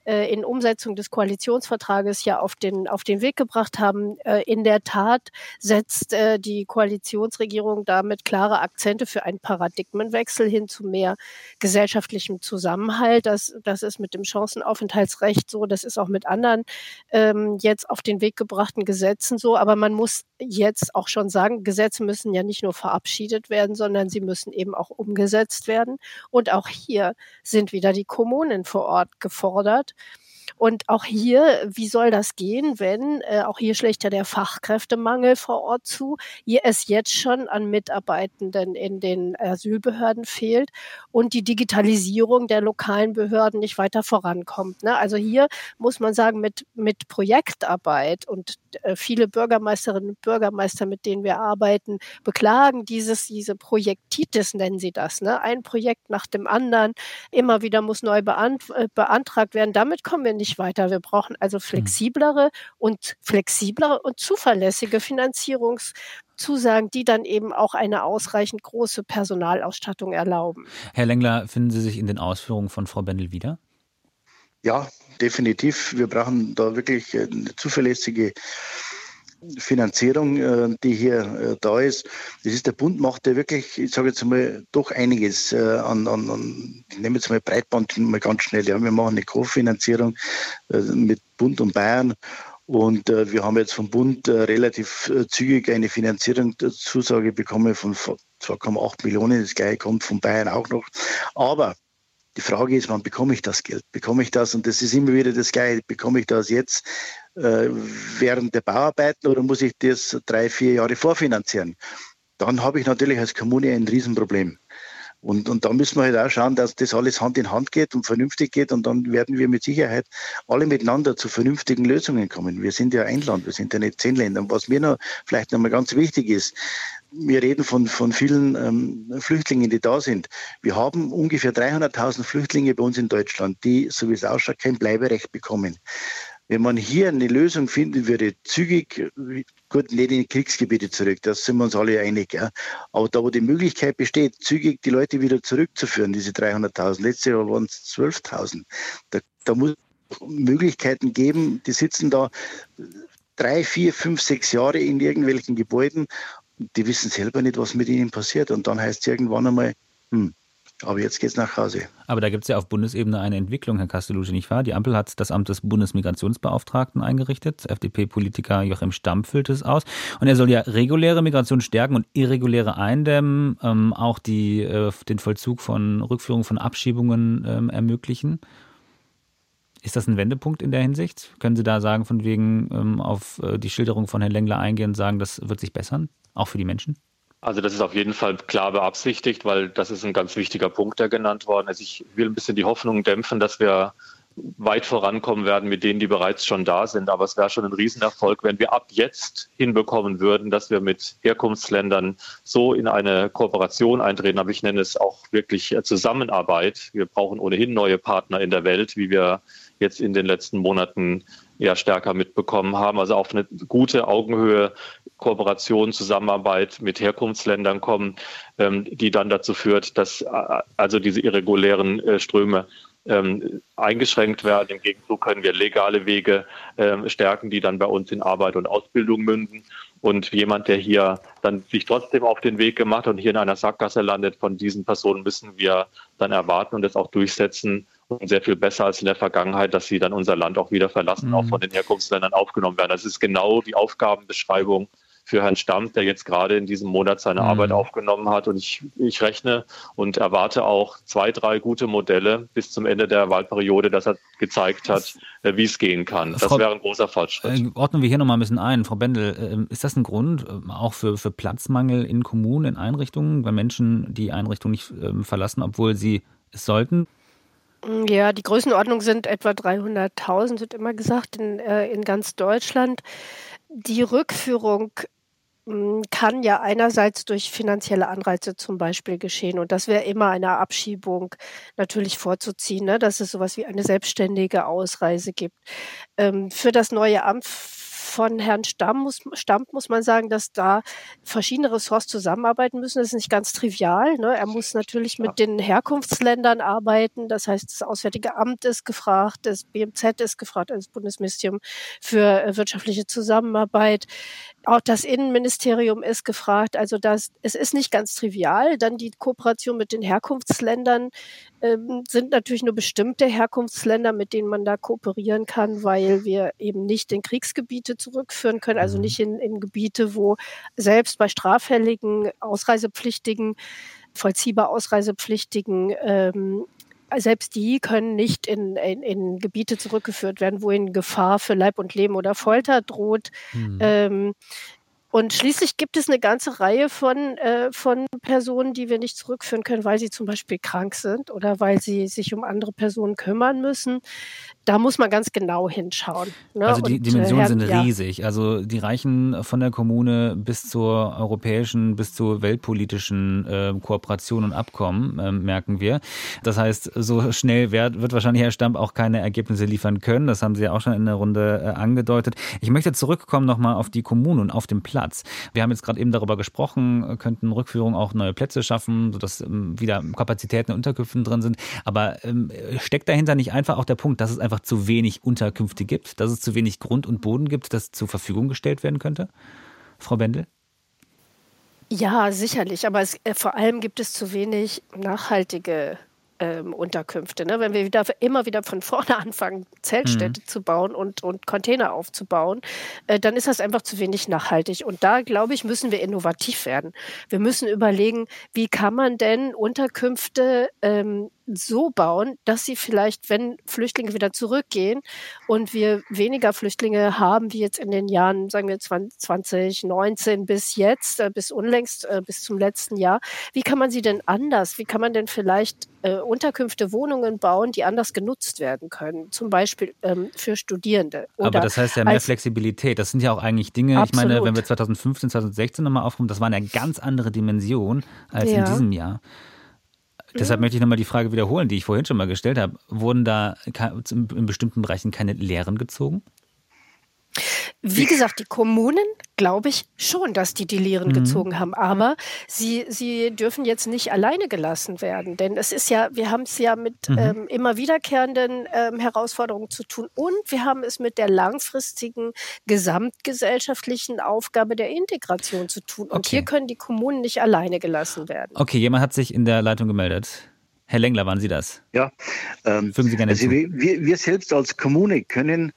äh, in Umsetzung des Koalitionsvertrages ja auf den, auf den Weg gebracht haben. Äh, in der Tat setzt äh, die Koalitionsregierung damit klare Akzente für einen Paradigmenwechsel hin zu mehr gesellschaftlichem Zusammenhalt. Das, das ist mit dem Chancenaufenthaltsrecht so, das ist auch mit anderen ähm, jetzt auf den Weg gebrachten Gesetzen so. Aber man muss jetzt auch schon sagen, Gesetze müssen ja nicht nur verabschiedet werden, sondern sie müssen eben auch umgesetzt werden. Und auch hier sind wieder die Kommunen vor Ort gefordert. Und auch hier, wie soll das gehen, wenn, äh, auch hier schlägt ja der Fachkräftemangel vor Ort zu, hier es jetzt schon an Mitarbeitenden in den Asylbehörden fehlt und die Digitalisierung der lokalen Behörden nicht weiter vorankommt. Ne? Also hier muss man sagen, mit, mit Projektarbeit und äh, viele Bürgermeisterinnen und Bürgermeister, mit denen wir arbeiten, beklagen dieses, diese Projektitis, nennen sie das. Ne? Ein Projekt nach dem anderen, immer wieder muss neu beant- äh, beantragt werden. Damit kommen wir nicht weiter. Wir brauchen also flexiblere und flexiblere und zuverlässige Finanzierungszusagen, die dann eben auch eine ausreichend große Personalausstattung erlauben. Herr Lengler, finden Sie sich in den Ausführungen von Frau Bendel wieder? Ja, definitiv. Wir brauchen da wirklich eine zuverlässige Finanzierung, die hier da ist. Das ist der Bund macht ja wirklich, ich sage jetzt mal, doch einiges an, an, an ich nehme jetzt mal Breitband mal ganz schnell. Ja, wir machen eine Kofinanzierung mit Bund und Bayern und wir haben jetzt vom Bund relativ zügig eine Finanzierungszusage bekommen von zwei Komma acht Millionen. Das gleiche kommt von Bayern auch noch. Aber die Frage ist, wann bekomme ich das Geld? Bekomme ich das? Und das ist immer wieder das Gleiche. Bekomme ich das jetzt äh, während der Bauarbeiten oder muss ich das drei, vier Jahre vorfinanzieren? Dann habe ich natürlich als Kommune ein Riesenproblem. Und, und da müssen wir halt auch schauen, dass das alles Hand in Hand geht und vernünftig geht. Und dann werden wir mit Sicherheit alle miteinander zu vernünftigen Lösungen kommen. Wir sind ja ein Land, wir sind ja nicht zehn Länder. Und was mir noch vielleicht noch mal ganz wichtig ist, wir reden von, von vielen ähm, Flüchtlingen, die da sind. Wir haben ungefähr dreihunderttausend Flüchtlinge bei uns in Deutschland, die, so wie es ausschaut, kein Bleiberecht bekommen. Wenn man hier eine Lösung finden würde, zügig, gut, nicht in die Kriegsgebiete zurück, das sind wir uns alle einig, ja. Aber da, wo die Möglichkeit besteht, zügig die Leute wieder zurückzuführen, diese dreihunderttausend, letztes Jahr waren es zwölftausend, da, da muss es Möglichkeiten geben, die sitzen da drei, vier, fünf, sechs Jahre in irgendwelchen Gebäuden, die wissen selber nicht, was mit ihnen passiert. Und dann heißt es irgendwann einmal, hm, aber jetzt geht's nach Hause. Aber da gibt es ja auf Bundesebene eine Entwicklung, Herr Castellucci, nicht wahr? Die Ampel hat das Amt des Bundesmigrationsbeauftragten eingerichtet. F D P-Politiker Joachim Stamm füllt es aus. Und er soll ja reguläre Migration stärken und irreguläre eindämmen, ähm, auch die, äh, den Vollzug von Rückführung von Abschiebungen ähm, ermöglichen. Ist das ein Wendepunkt in der Hinsicht? Können Sie da sagen, von wegen ähm, auf äh, die Schilderung von Herrn Lengler eingehen und sagen, das wird sich bessern, auch für die Menschen? Also das ist auf jeden Fall klar beabsichtigt, weil das ist ein ganz wichtiger Punkt, der genannt worden ist. Ich will ein bisschen die Hoffnung dämpfen, dass wir weit vorankommen werden mit denen, die bereits schon da sind. Aber es wäre schon ein Riesenerfolg, wenn wir ab jetzt hinbekommen würden, dass wir mit Herkunftsländern so in eine Kooperation eintreten. Aber ich nenne es auch wirklich Zusammenarbeit. Wir brauchen ohnehin neue Partner in der Welt, wie wir jetzt in den letzten Monaten ja stärker mitbekommen haben. Also auf eine gute Augenhöhe Kooperation, Zusammenarbeit mit Herkunftsländern kommen, ähm, die dann dazu führt, dass äh, also diese irregulären äh, Ströme ähm, eingeschränkt werden. Im Gegenzug können wir legale Wege äh, stärken, die dann bei uns in Arbeit und Ausbildung münden. Und jemand, der hier dann sich trotzdem auf den Weg gemacht und hier in einer Sackgasse landet, von diesen Personen müssen wir dann erwarten und das auch durchsetzen. Und sehr viel besser als in der Vergangenheit, dass sie dann unser Land auch wieder verlassen, mhm. auch von den Herkunftsländern aufgenommen werden. Das ist genau die Aufgabenbeschreibung für Herrn Stamm, der jetzt gerade in diesem Monat seine mhm. Arbeit aufgenommen hat. Und ich, ich rechne und erwarte auch zwei, drei gute Modelle bis zum Ende der Wahlperiode, dass er gezeigt hat, wie es gehen kann. Das Frau, wäre ein großer Fortschritt. Äh, ordnen wir hier nochmal ein bisschen ein. Frau Bendel, äh, ist das ein Grund äh, auch für, für Platzmangel in Kommunen, in Einrichtungen, weil Menschen die Einrichtung nicht äh, verlassen, obwohl sie es sollten? Ja, die Größenordnung sind etwa dreihunderttausend, wird immer gesagt, in, äh, in ganz Deutschland. Die Rückführung mh, kann ja einerseits durch finanzielle Anreize zum Beispiel geschehen. Und das wäre immer einer Abschiebung natürlich vorzuziehen, ne? Dass es sowas wie eine selbstständige Ausreise gibt. Ähm, für das neue Amt von Herrn Stamm muss, Stamp muss man sagen, dass da verschiedene Ressorts zusammenarbeiten müssen. Das ist nicht ganz trivial. Ne? Er muss natürlich mit den Herkunftsländern arbeiten. Das heißt, das Auswärtige Amt ist gefragt, das B M Z ist gefragt, also das Bundesministerium für wirtschaftliche Zusammenarbeit. Auch das Innenministerium ist gefragt. Also das, es ist nicht ganz trivial. Dann die Kooperation mit den Herkunftsländern ähm, sind natürlich nur bestimmte Herkunftsländer, mit denen man da kooperieren kann, weil wir eben nicht in Kriegsgebiete zurückführen können, also nicht in, in Gebiete, wo selbst bei straffälligen, ausreisepflichtigen, vollziehbar ausreisepflichtigen ähm, selbst die können nicht in, in, in Gebiete zurückgeführt werden, wo ihnen Gefahr für Leib und Leben oder Folter droht. Hm. Ähm, und schließlich gibt es eine ganze Reihe von, äh, von Personen, die wir nicht zurückführen können, weil sie zum Beispiel krank sind oder weil sie sich um andere Personen kümmern müssen. Da muss man ganz genau hinschauen. Ne? Also die und, Dimensionen äh, sind ja. riesig. Also die reichen von der Kommune bis zur europäischen, bis zur weltpolitischen äh, Kooperation und Abkommen, äh, merken wir. Das heißt, so schnell wird, wird wahrscheinlich Herr Stamp auch keine Ergebnisse liefern können. Das haben Sie ja auch schon in der Runde äh, angedeutet. Ich möchte zurückkommen nochmal auf die Kommune und auf den Platz. Wir haben jetzt gerade eben darüber gesprochen, könnten Rückführungen auch neue Plätze schaffen, sodass ähm, wieder Kapazitäten in Unterkünften drin sind. Aber ähm, steckt dahinter nicht einfach auch der Punkt, dass es einfach zu wenig Unterkünfte gibt, dass es zu wenig Grund und Boden gibt, das zur Verfügung gestellt werden könnte? Frau Bendel? Ja, sicherlich. Aber es, äh, vor allem gibt es zu wenig nachhaltige Ähm, Unterkünfte. Ne? Wenn wir wieder, immer wieder von vorne anfangen, Zeltstädte mhm. zu bauen und, und Container aufzubauen, äh, dann ist das einfach zu wenig nachhaltig. Und da, glaube ich, müssen wir innovativ werden. Wir müssen überlegen, wie kann man denn Unterkünfte ähm, so bauen, dass sie vielleicht, wenn Flüchtlinge wieder zurückgehen und wir weniger Flüchtlinge haben, wie jetzt in den Jahren, sagen wir zwanzig neunzehn bis jetzt, äh, bis unlängst, äh, bis zum letzten Jahr, wie kann man sie denn anders, wie kann man denn vielleicht äh, Unterkünfte, Wohnungen bauen, die anders genutzt werden können, zum Beispiel ähm, für Studierende. Oder aber das heißt ja mehr Flexibilität. Das sind ja auch eigentlich Dinge, absolut. Ich meine, wenn wir zwanzig fünfzehn, zwanzig sechzehn nochmal aufrufen, das war eine ganz andere Dimension als ja. in diesem Jahr. Deshalb möchte ich nochmal die Frage wiederholen, die ich vorhin schon mal gestellt habe. Wurden da in bestimmten Bereichen keine Lehren gezogen? Wie gesagt, die Kommunen, glaube ich schon, dass die die Lehren mhm. gezogen haben. Aber sie, sie dürfen jetzt nicht alleine gelassen werden. Denn es ist ja, wir haben es ja mit mhm. ähm, immer wiederkehrenden ähm, Herausforderungen zu tun. Und wir haben es mit der langfristigen gesamtgesellschaftlichen Aufgabe der Integration zu tun. Und okay. hier können die Kommunen nicht alleine gelassen werden. Okay, jemand hat sich in der Leitung gemeldet. Herr Lengler, waren Sie das? Ja. Ähm, Fügen Sie gerne also zu. Wir, wir selbst als Kommune können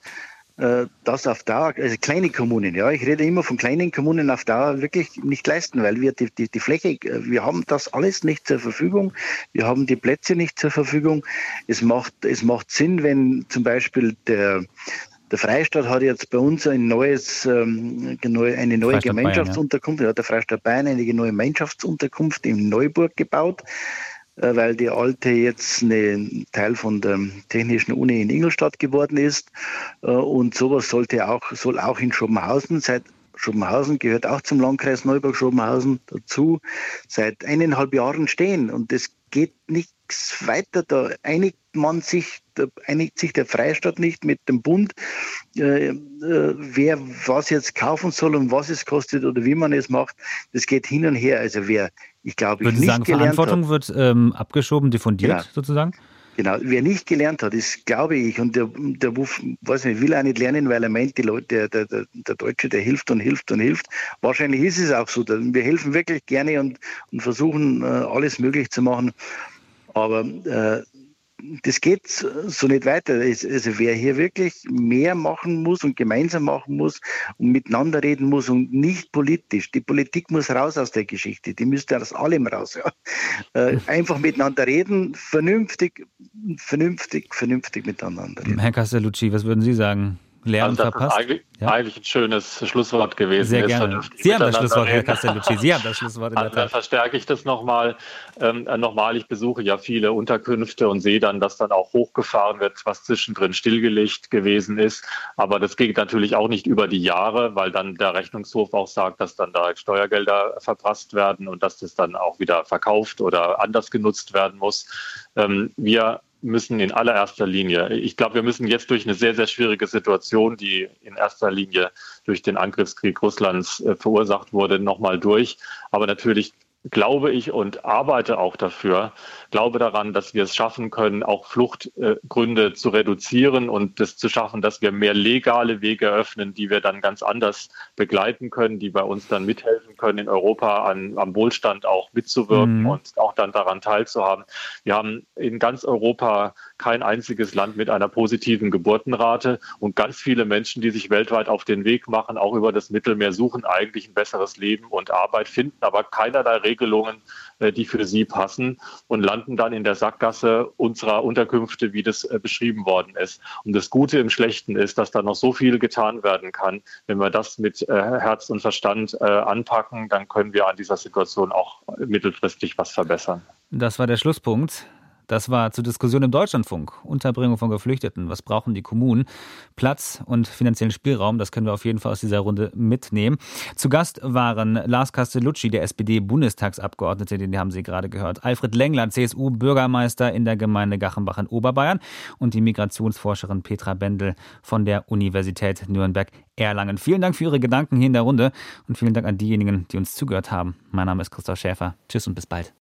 das auf Dauer, also kleine Kommunen, ja, ich rede immer von kleinen Kommunen auf Dauer wirklich nicht leisten, weil wir die, die, die Fläche, wir haben das alles nicht zur Verfügung, wir haben die Plätze nicht zur Verfügung. Es macht, es macht Sinn, wenn zum Beispiel der Der Freistaat hat jetzt bei uns ein neues, eine neue Freistaat Gemeinschaftsunterkunft, Bayern, ja. der Freistaat Bayern eine neue Gemeinschaftsunterkunft in Neuburg gebaut, weil die alte jetzt ein Teil von der Technischen Uni in Ingolstadt geworden ist. Und sowas sollte auch, soll auch in Schobenhausen, seit Schobenhausen gehört auch zum Landkreis Neuburg-Schobenhausen dazu, seit eineinhalb Jahren stehen. Und das geht nichts weiter. Da einigt man sich, da einigt sich der Freistaat nicht mit dem Bund, äh, äh, wer was jetzt kaufen soll und was es kostet oder wie man es macht. Das geht hin und her. Also wer, ich glaube, ich Würden Sie nicht sagen, gelernt Verantwortung hat, wird ähm, abgeschoben, diffundiert genau. sozusagen? Genau, wer nicht gelernt hat, das glaube ich, und der, der weiß nicht, will auch nicht lernen, weil er meint, die Leute, der, der, der Deutsche, der hilft und hilft und hilft. Wahrscheinlich ist es auch so. Wir helfen wirklich gerne und, und versuchen, alles möglich zu machen. Aber äh, das geht so nicht weiter. Also wer hier wirklich mehr machen muss und gemeinsam machen muss und miteinander reden muss und nicht politisch. Die Politik muss raus aus der Geschichte. Die müsste aus allem raus. Ja. Äh, einfach miteinander reden, vernünftig, vernünftig, vernünftig miteinander reden. Herr Castellucci, was würden Sie sagen? Lernen also das verpasst? ist eigentlich, ja? eigentlich ein schönes Schlusswort gewesen. Sehr gerne. Sie haben das Schlusswort, Herr Castellucci. Sie haben das Schlusswort in der also Tat. Dann verstärke ich das nochmal. Ähm, nochmal, ich besuche ja viele Unterkünfte und sehe dann, dass dann auch hochgefahren wird, was zwischendrin stillgelegt gewesen ist. Aber das geht natürlich auch nicht über die Jahre, weil dann der Rechnungshof auch sagt, dass dann da Steuergelder verprasst werden und dass das dann auch wieder verkauft oder anders genutzt werden muss. Ähm, wir müssen in allererster Linie, ich glaube, wir müssen jetzt durch eine sehr, sehr schwierige Situation, die in erster Linie durch den Angriffskrieg Russlands äh, verursacht wurde, nochmal durch. Aber natürlich glaube ich und arbeite auch dafür, glaube daran, dass wir es schaffen können, auch Fluchtgründe äh, zu reduzieren und das zu schaffen, dass wir mehr legale Wege eröffnen, die wir dann ganz anders begleiten können, die bei uns dann mithelfen können, in Europa an, am Wohlstand auch mitzuwirken mhm. und auch dann daran teilzuhaben. Wir haben in ganz Europa kein einziges Land mit einer positiven Geburtenrate und ganz viele Menschen, die sich weltweit auf den Weg machen, auch über das Mittelmeer, suchen eigentlich ein besseres Leben und Arbeit, finden aber keinerlei Regelungen, die für sie passen und landen dann in der Sackgasse unserer Unterkünfte, wie das beschrieben worden ist. Und das Gute im Schlechten ist, dass da noch so viel getan werden kann. Wenn wir das mit Herz und Verstand anpacken, dann können wir an dieser Situation auch mittelfristig was verbessern. Das war der Schlusspunkt. Das war zur Diskussion im Deutschlandfunk. Unterbringung von Geflüchteten. Was brauchen die Kommunen? Platz und finanziellen Spielraum, das können wir auf jeden Fall aus dieser Runde mitnehmen. Zu Gast waren Lars Castellucci, der S P D-Bundestagsabgeordnete, den haben Sie gerade gehört. Alfred Lengler, C S U-Bürgermeister in der Gemeinde Gachenbach in Oberbayern. Und die Migrationsforscherin Petra Bendel von der Universität Nürnberg-Erlangen. Vielen Dank für Ihre Gedanken hier in der Runde und vielen Dank an diejenigen, die uns zugehört haben. Mein Name ist Christoph Schäfer. Tschüss und bis bald.